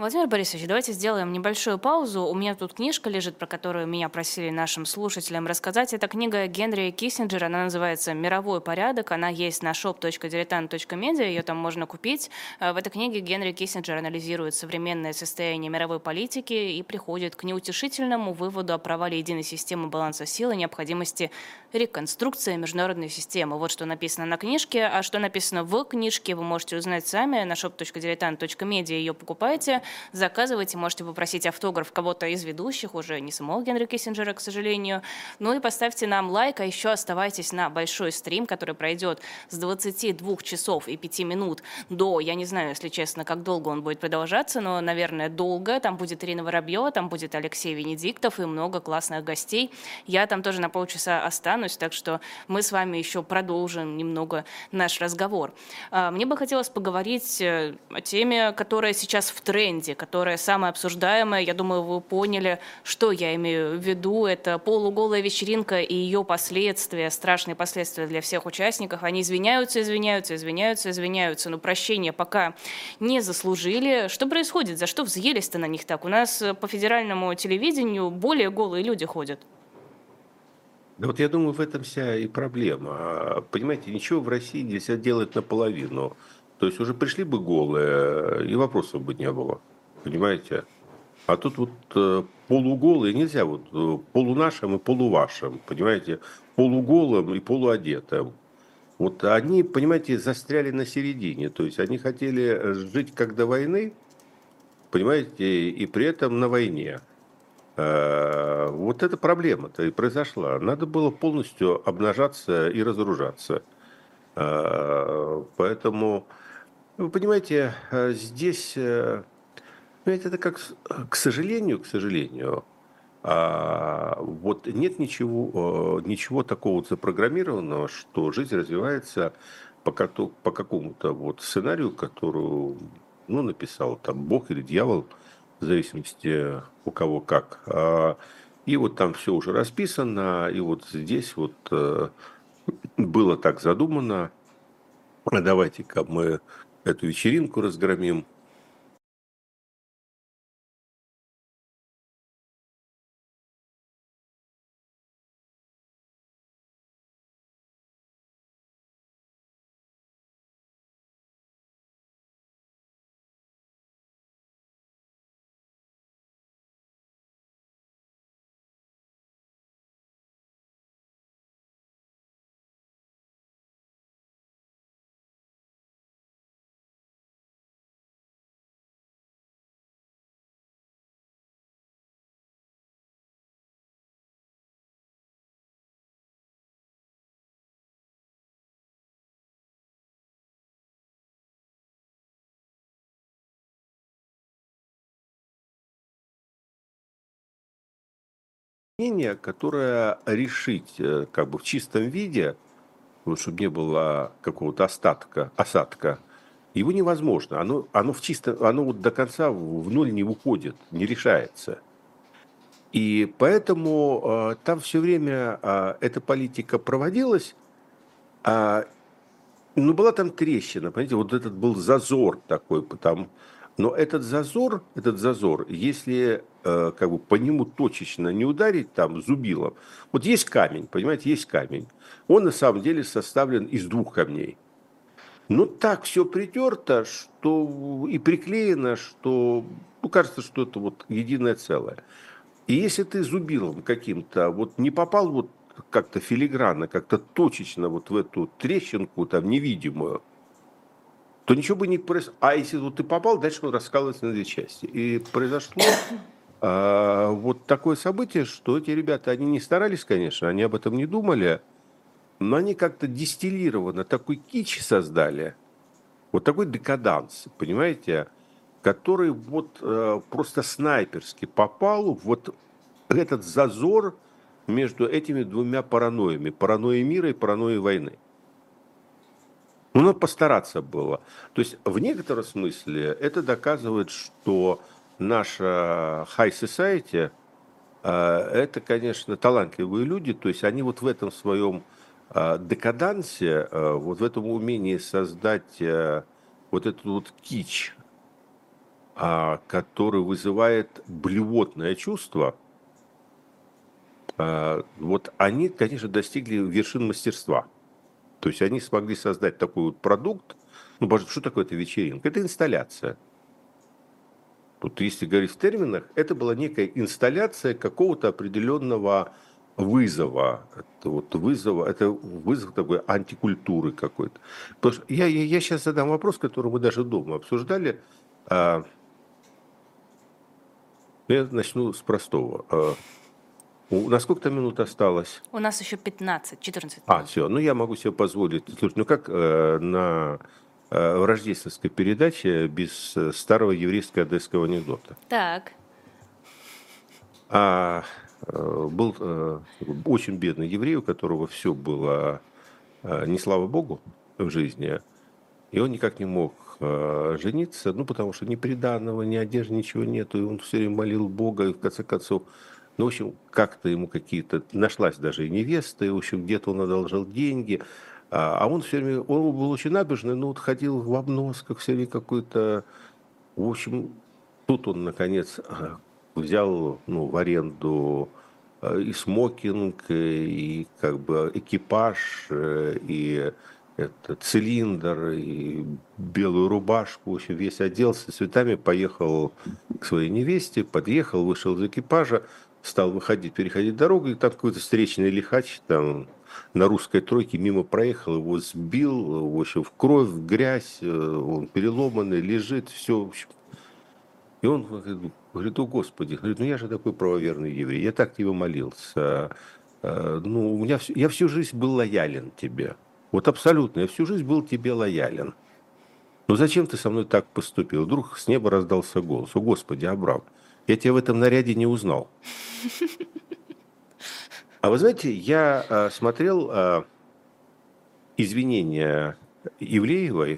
Speaker 2: Владимир Борисович, давайте сделаем небольшую паузу. У меня тут книжка лежит, про которую меня просили нашим слушателям рассказать. Это книга Генри Киссинджера, она называется «Мировой порядок». Она есть на shop точка diletant точка media, ее там можно купить. В этой книге Генри Киссинджер анализирует современное состояние мировой политики и приходит к неутешительному выводу о провале единой системы баланса сил и необходимости реконструкции международной системы. Вот что написано на книжке. А что написано в книжке, вы можете узнать сами. На shop точка diletant точка media ее покупайте. Заказывайте, можете попросить автограф кого-то из ведущих, уже не самого Генри Киссинджера, к сожалению. Ну и поставьте нам лайк, а еще оставайтесь на большой стрим, который пройдет с двадцати двух часов и пяти минут до, я не знаю, если честно, как долго он будет продолжаться, но, наверное, долго. Там будет Ирина Воробьева, там будет Алексей Венедиктов и много классных гостей. Я там тоже на полчаса останусь, так что мы с вами еще продолжим немного наш разговор. Мне бы хотелось поговорить о теме, которая сейчас в тренде, которая самая обсуждаемая. Я думаю, вы поняли, что я имею в виду. Это полуголая вечеринка и ее последствия, страшные последствия для всех участников. Они извиняются, извиняются, извиняются, извиняются, но прощения пока не заслужили. Что происходит? За что взъелись-то на них так? У нас по федеральному телевидению более голые люди ходят.
Speaker 3: Да вот я думаю, в этом вся и проблема. Понимаете, ничего в России нельзя делать наполовину. То есть уже пришли бы голые, и вопросов бы не было. Понимаете? А тут вот э, полуголые нельзя, вот э, полунашим и полувашим, понимаете? Полуголым и полуодетым. Вот они, понимаете, застряли на середине. То есть они хотели жить как до войны, понимаете, и при этом на войне. Э, вот эта проблема-то и произошла. Надо было полностью обнажаться и разоружаться. Э, поэтому, вы понимаете, э, здесь... э, Понимаете, это как, с- к сожалению, к сожалению, а, вот нет ничего, э, ничего такого вот запрограммированного, что жизнь развивается по, кото- по какому-то вот сценарию, который, ну, написал там Бог или дьявол, в зависимости у кого как. А, и вот там все уже расписано, и вот здесь вот э, было так задумано, а давайте-ка мы эту вечеринку разгромим. Мнение, которое решить э, как бы в чистом виде, вот, чтобы не было какого-то остатка, осадка, его невозможно. Оно, оно в чисто, оно вот до конца в в ноль не уходит, не решается. И поэтому э, там все время э, эта политика проводилась, а, ну, была там трещина, понимаете, вот этот был зазор такой, там. Но этот зазор, этот зазор, если э, как бы по нему точечно не ударить там зубилом, вот есть камень, понимаете, есть камень. Он на самом деле составлен из двух камней. Но так все притерто, что и приклеено, что ну, кажется, что это вот единое целое. И если ты зубилом каким-то вот не попал вот как-то филигранно, как-то точечно вот в эту трещинку там невидимую, то ничего бы не произошло. А если вот ты попал, дальше он раскалывается на две части. И произошло а, вот такое событие, что эти ребята, они не старались, конечно, они об этом не думали, но они как-то дистиллированно такой кич создали, вот такой декаданс, понимаете, который вот э, просто снайперски попал в вот этот зазор между этими двумя паранойями, паранойей мира и паранойей войны. Ну, надо постараться было. То есть в некотором смысле это доказывает, что наша high society э, это, конечно, талантливые люди, то есть они вот в этом своем э, декадансе, э, вот в этом умении создать э, вот этот вот кич, который вызывает блевотное чувство, вот они, конечно, достигли вершин мастерства. То есть они смогли создать такой вот продукт. Ну, боже, что такое это вечеринка? Это инсталляция. Вот если говорить в терминах, это была некая инсталляция какого-то определенного вызова. Это вот вызова, это вызов такой антикультуры какой-то. Потому что я, я, я сейчас задам вопрос, который мы даже дома обсуждали. А, я начну с простого. А, у нас сколько-то минут осталось?
Speaker 2: У нас еще пятнадцать, четырнадцать.
Speaker 3: А, все, ну я могу себе позволить. Слушай, ну как э, на э, в рождественской передаче без э, старого еврейского одесского анекдота?
Speaker 2: Так.
Speaker 3: А, э, был э, очень бедный еврей, у которого все было э, не слава Богу в жизни, и он никак не мог э, жениться, ну потому что ни приданого, ни одежды, ничего нету, и он все время молил Бога, и в конце концов, ну, в общем, как-то ему какие-то... Нашлась даже и невеста, и, в общем, где-то он одолжил деньги. А, а он все время... Он был очень набожный, но вот ходил в обносках, все время какой-то... В общем, тут он, наконец, взял ну, в аренду и смокинг, и как бы экипаж, и это, цилиндр, и белую рубашку. В общем, весь оделся цветами, поехал к своей невесте, подъехал, вышел из экипажа, стал выходить, переходить дорогу, и там какой-то встречный лихач там на русской тройке мимо проехал, его сбил, в общем, в кровь, в грязь, он переломанный, лежит, все, в общем. И он говорит, о Господи, говорит, ну я же такой правоверный еврей, я так тебе молился, ну у меня все, я всю жизнь был лоялен тебе, вот абсолютно, я всю жизнь был тебе лоялен. Но зачем ты со мной так поступил? Вдруг с неба раздался голос, о Господи, Абрам, я тебя в этом наряде не узнал. А вы знаете, я а, смотрел а, извинения Ивлеевой.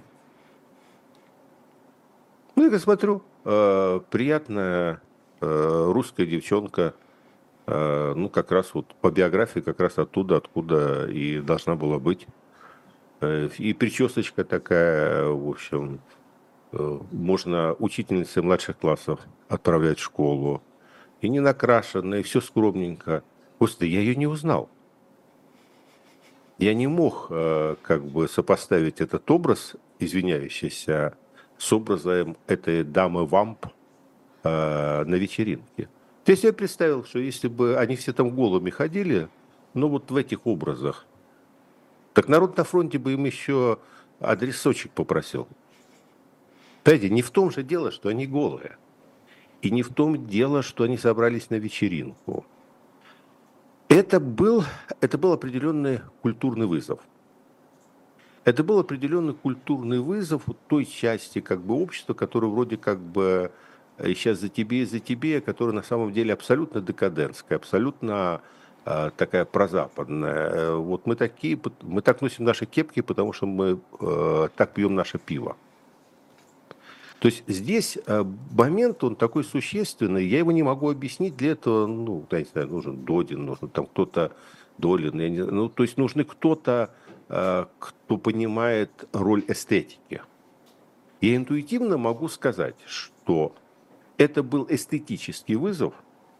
Speaker 3: Ну, я смотрю, а, приятная а, русская девчонка, а, ну, как раз вот по биографии, как раз оттуда, откуда и должна была быть. И причесочка такая, в общем, можно учительницы младших классов отправлять в школу. И не накрашенная, и все скромненько. Господи, я ее не узнал. Я не мог как бы сопоставить этот образ, извиняющийся, с образом этой дамы-вамп на вечеринке. То есть я представил, что если бы они все там голыми ходили, ну вот в этих образах, так народ на фронте бы им еще адресочек попросил. Знаете, не в том же дело, что они голые. И не в том дело, что они собрались на вечеринку. Это был, это был определенный культурный вызов. Это был определенный культурный вызов той части как бы, общества, которое вроде как бы сейчас за тебе и за тебе, которая на самом деле абсолютно декадентская, абсолютно э, такая прозападная. Вот мы такие, мы так носим наши кепки, потому что мы э, так пьем наше пиво. То есть здесь момент, он такой существенный, я его не могу объяснить, для этого, ну, я не знаю, нужен Додин, нужен там кто-то, Долин, я не, ну, то есть нужны кто-то, кто понимает роль эстетики. Я интуитивно могу сказать, что это был эстетический вызов,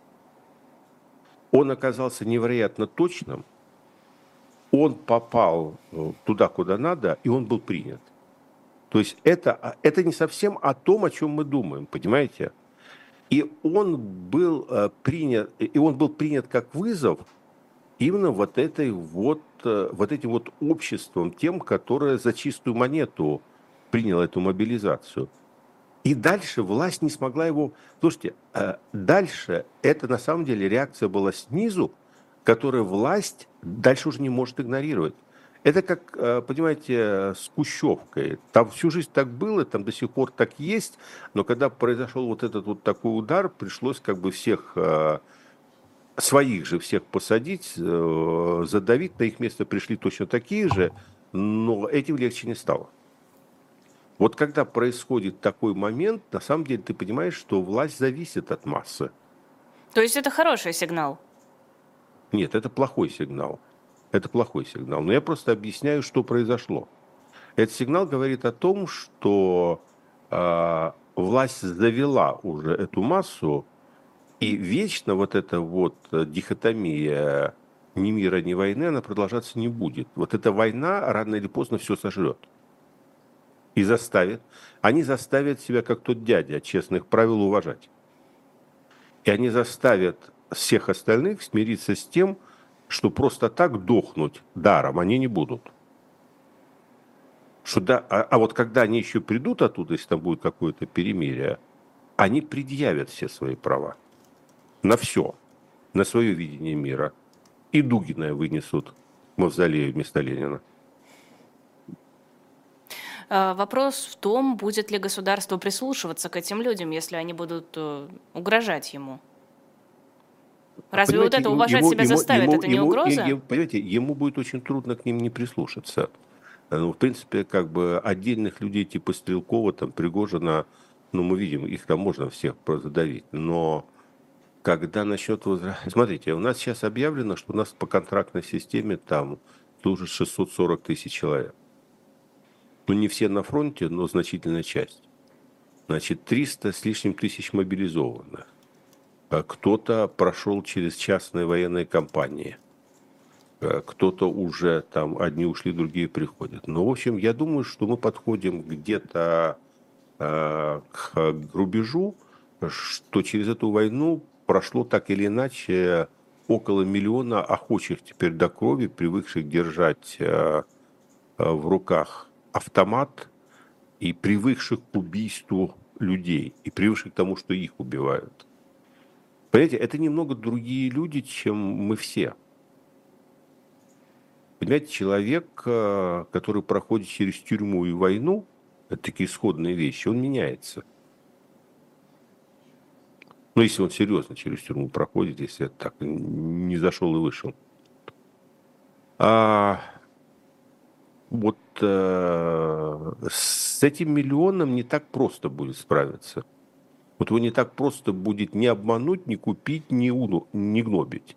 Speaker 3: он оказался невероятно точным, он попал туда, куда надо, и он был принят. То есть это, это не совсем о том, о чем мы думаем, понимаете? И он был принят, и он был принят как вызов именно вот, этой вот, вот этим вот обществом, тем, которое за чистую монету приняло эту мобилизацию. И дальше власть не смогла его... Слушайте, дальше это на самом деле реакция была снизу, которую власть дальше уже не может игнорировать. Это как, понимаете, с Кущевкой. Там всю жизнь так было, там до сих пор так есть, но когда произошел вот этот вот такой удар, пришлось как бы всех, своих же всех посадить, задавить, на их место пришли точно такие же, но этим легче не стало. Вот когда происходит такой момент, на самом деле ты понимаешь, что власть зависит от массы.
Speaker 2: То есть это хороший сигнал?
Speaker 3: Нет, это плохой сигнал. Это плохой сигнал. Но я просто объясняю, что произошло. Этот сигнал говорит о том, что э, власть завела уже эту массу, и вечно вот эта вот дихотомия ни мира, ни войны, она продолжаться не будет. Вот эта война рано или поздно все сожрет. И заставит. Они заставят себя, как тот дядя, честных правил уважать. И они заставят всех остальных смириться с тем, что просто так дохнуть даром они не будут. Что да, а, а вот когда они еще придут оттуда, если там будет какое-то перемирие, они предъявят все свои права. На все. На свое видение мира. И Дугина вынесут в мавзолей вместо Ленина.
Speaker 2: Вопрос в том, будет ли государство прислушиваться к этим людям, если они будут угрожать ему. Разве понимаете, вот это уважать ему, себя ему, заставит, ему, это не ему, угроза?
Speaker 3: Ему, понимаете, ему будет очень трудно к ним не прислушаться. Ну, в принципе, как бы отдельных людей типа Стрелкова, там, Пригожина, ну, мы видим, их там можно всех задавить. Но когда насчет возвращения... Смотрите, у нас сейчас объявлено, что у нас по контрактной системе там служит шестьсот сорок тысяч человек. Ну, не все на фронте, но значительная часть. Значит, триста с лишним тысяч мобилизованных. Кто-то прошел через частные военные компании. Кто-то уже там, одни ушли, другие приходят. Но, в общем, я думаю, что мы подходим где-то э, к рубежу, что через эту войну прошло так или иначе около миллиона охочих теперь до крови, привыкших держать э, в руках автомат и привыкших к убийству людей, и привыкших к тому, что их убивают. Понимаете, это немного другие люди, чем мы все. Понимаете, человек, который проходит через тюрьму и войну, это такие исходные вещи, он меняется. Ну, если он серьезно через тюрьму проходит, если это так, не зашел и вышел. А вот э, с этим миллионом не так просто будет справиться. Вот его не так просто будет ни обмануть, ни купить, ни, уну, ни гнобить.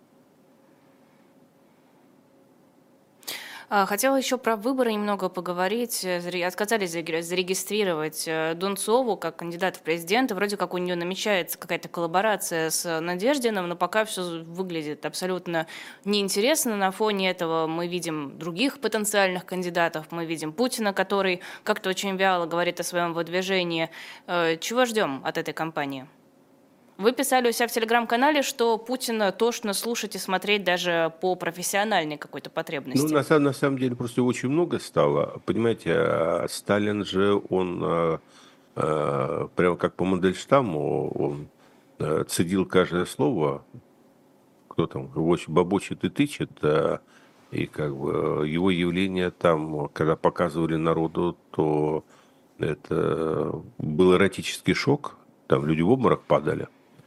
Speaker 2: Хотела еще про выборы немного поговорить. Отказались зарегистрировать Дунцову как кандидата в президенты. Вроде как у нее намечается какая-то коллаборация с Надеждиным, но пока все выглядит абсолютно неинтересно. На фоне этого мы видим других потенциальных кандидатов. Мы видим Путина, который как-то очень вяло говорит о своем выдвижении. Чего ждем от этой кампании? Вы писали у себя в телеграм-канале, что Путина тошно слушать и смотреть даже по профессиональной какой-то потребности.
Speaker 3: Ну, на, на самом деле, просто очень много стало. Понимаете, Сталин же, он э, э, прямо как по Мандельштаму, он э, цедил каждое слово, кто там бобочет и тычет, э, и как бы его явление там, когда показывали народу, то это был эротический шок, там люди в обморок падали.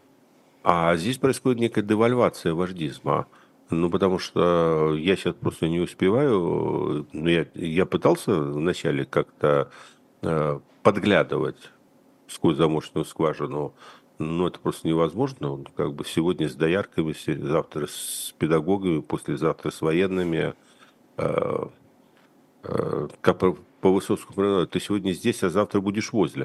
Speaker 3: А здесь происходит некая девальвация вождизма. Ну, потому что я сейчас просто не успеваю. Ну, я, я пытался вначале как-то э, подглядывать сквозь замочную скважину, но это просто невозможно. Он как бы сегодня с доярками, завтра с педагогами, послезавтра с военными. Э, э, как по, по Высоцкому, ты сегодня здесь, а завтра будешь возле.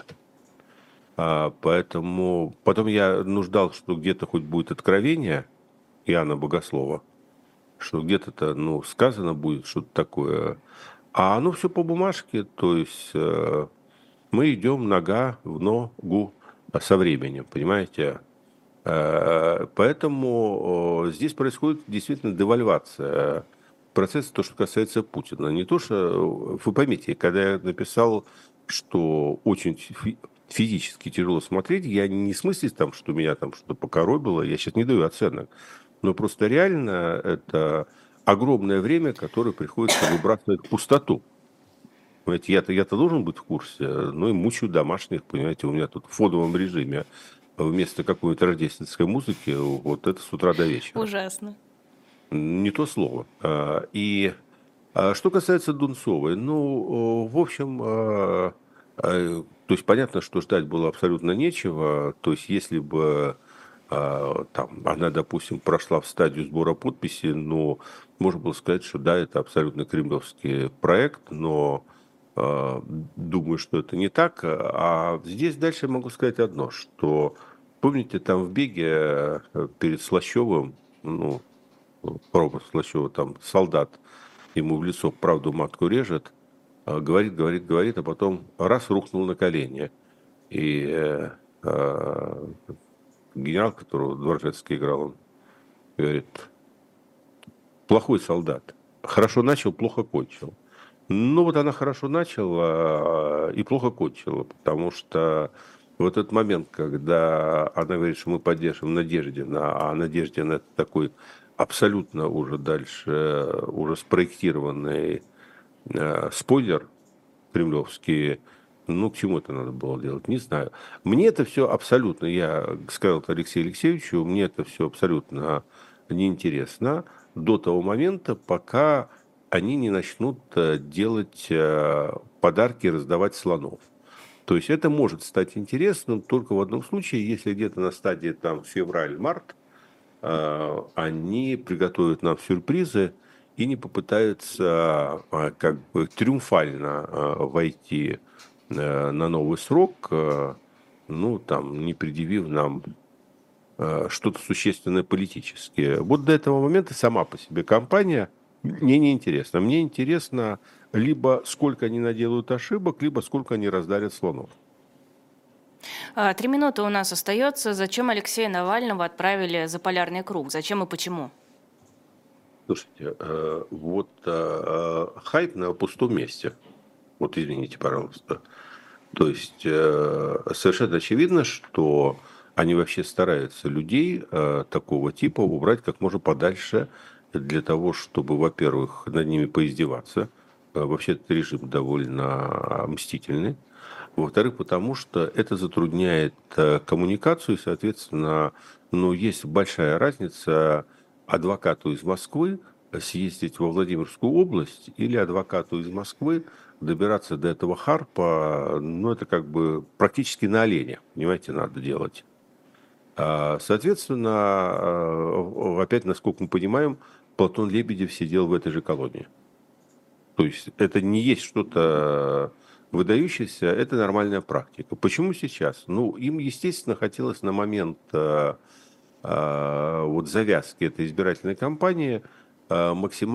Speaker 3: А, поэтому потом я нуждал, что где-то хоть будет откровение Иоанна Богослова, что где-то ну, сказано будет что-то такое. А оно все по бумажке, то есть э, мы идем нога в ногу со временем, понимаете? Э, поэтому э, здесь происходит действительно девальвация процесса, то, что касается Путина. Не то, что... Вы поймите, когда я написал, что очень... физически тяжело смотреть. Я не в смысле, там, что меня там что-то покоробило, я сейчас не даю оценок. Но просто реально это огромное время, которое приходится выбрасывать в пустоту. Понимаете, я-то, я-то должен быть в курсе, но и мучаю домашних, понимаете, у меня тут в фоновом режиме вместо какой-то рождественской музыки вот это с утра до вечера.
Speaker 2: Ужасно.
Speaker 3: Не то слово. И что касается Дунцовой, ну, в общем... То есть понятно, что ждать было абсолютно нечего. То есть если бы э, там, она, допустим, прошла в стадию сбора подписей, но можно было сказать, что да, это абсолютно кремлевский проект, но думаю, что это не так. А здесь дальше я могу сказать одно, что помните, там в беге перед Слащевым, ну, Рома Слащева, там солдат ему в лицо правду матку режет, говорит, говорит, говорит, а потом раз рухнул на колени. И э, э, генерал, которого Дворжецкий играл, он говорит, плохой солдат. Хорошо начал, плохо кончил. Ну вот она хорошо начала и плохо кончила, потому что вот этот момент, когда она говорит, что мы поддерживаем Надеждина, а Надеждин это такой абсолютно уже дальше, уже спроектированный э, спойлер кремлевский, ну, к чему это надо было делать, не знаю. Мне это все абсолютно, я сказал Алексею Алексеевичу, мне это все абсолютно неинтересно до того момента, пока они не начнут делать подарки, раздавать слонов. То есть это может стать интересным только в одном случае, если где-то на стадии там февраль-март они приготовят нам сюрпризы и не попытаются как бы триумфально войти на новый срок, ну, там, не предъявив нам что-то существенное политическое. Вот до этого момента сама по себе кампания мне не интересна. Мне интересно либо сколько они наделают ошибок, либо сколько они раздарят слонов.
Speaker 2: Три минуты у нас остается. Зачем Алексея Навального отправили за полярный круг? Зачем и почему?
Speaker 3: Слушайте, вот хайп на пустом месте. Вот извините, пожалуйста. То есть совершенно очевидно, что они вообще стараются людей такого типа убрать как можно подальше для того, чтобы, во-первых, над ними поиздеваться. Вообще этот режим довольно мстительный. Во-вторых, потому что это затрудняет коммуникацию, и, соответственно, ну, есть большая разница адвокату из Москвы съездить во Владимирскую область или адвокату из Москвы добираться до этого Харпа, ну, это как бы практически на оленя, понимаете, надо делать. Соответственно, опять, насколько мы понимаем, Платон Лебедев сидел в этой же колонии. То есть это не есть что-то выдающееся, это нормальная практика. Почему сейчас? Ну, им, естественно, хотелось на момент а, а, вот завязки этой избирательной кампании а,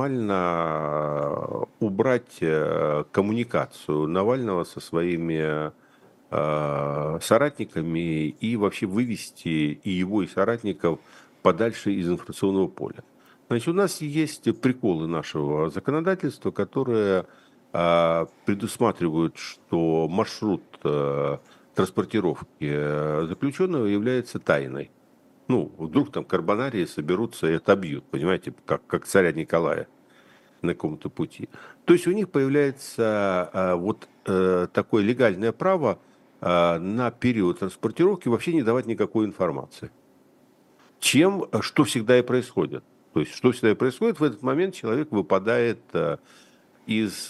Speaker 3: максимально убрать а, коммуникацию Навального со своими а, соратниками и вообще вывести и его, и соратников подальше из информационного поля. Значит, у нас есть приколы нашего законодательства, которые а, предусматривают, что маршрут а, транспортировки заключенного является тайной. Ну, вдруг там карбонарии соберутся и отобьют, понимаете, как, как царя Николая на каком-то пути. То есть у них появляется а, вот а, такое легальное право а, на период транспортировки вообще не давать никакой информации. Чем, что всегда и происходит. То есть, что всегда и происходит, в этот момент человек выпадает из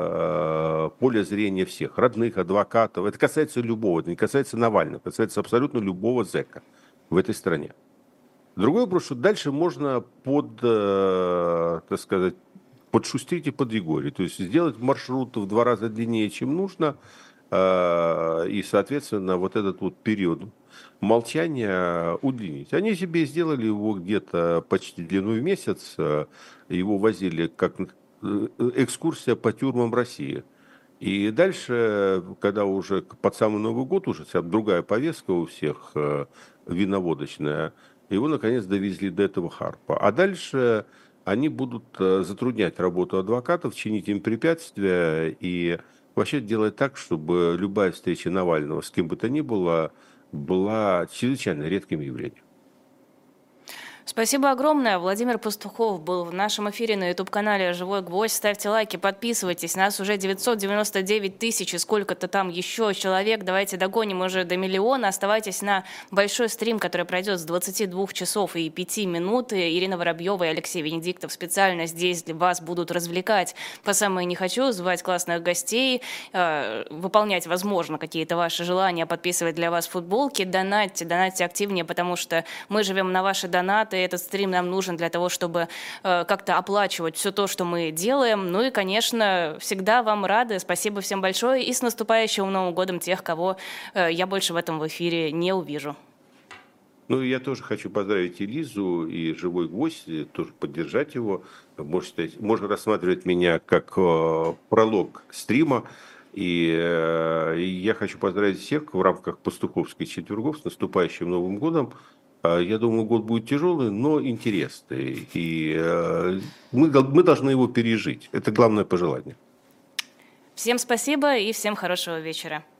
Speaker 3: поля зрения всех, родных, адвокатов. Это касается любого, это не касается Навального, это касается абсолютно любого зэка в этой стране. Другой вопрос, что дальше можно под, так сказать, подшустрить и подъегорить. То есть, сделать маршрут в два раза длиннее, чем нужно, и, соответственно, вот этот вот период молчания удлинить. Они себе сделали его где-то почти длину в месяц, его возили как экскурсия по тюрьмам России. И дальше, когда уже под самый Новый год, уже вся другая повестка у всех виноводочная, его наконец довезли до этого Харпа. А дальше они будут затруднять работу адвокатов, чинить им препятствия и вообще делать так, чтобы любая встреча Навального с кем бы то ни было была чрезвычайно редким явлением.
Speaker 2: Спасибо огромное. Владимир Пастухов был в нашем эфире на YouTube-канале «Живой гвоздь». Ставьте лайки, подписывайтесь. Нас уже девятьсот девяносто девять тысяч и сколько-то там еще человек. Давайте догоним уже до миллиона. Оставайтесь на большой стрим, который пройдет с двадцати двух часов и пяти минут. Ирина Воробьева и Алексей Венедиктов специально здесь для вас будут развлекать по самое не хочу, звать классных гостей, э, выполнять, возможно, какие-то ваши желания, подписывать для вас футболки. Донатьте, донатьте активнее, потому что мы живем на ваши донаты. формата, и этот стрим нам нужен для того, чтобы э, как-то оплачивать все то, что мы делаем. Ну и, конечно, всегда вам рады. Спасибо всем большое. И с наступающим Новым годом тех, кого э, я больше в этом в эфире не увижу.
Speaker 3: Ну, я тоже хочу поздравить и Лизу, и «Живой гвоздь», и тоже поддержать его. Можете, можно рассматривать меня как э, пролог стрима. И, э, и я хочу поздравить всех в рамках Пастуховских четвергов с наступающим Новым годом. Э, я думаю, год будет тяжелый, но интересный. И э, мы, мы должны его пережить. Это главное пожелание.
Speaker 2: Всем спасибо и всем хорошего вечера.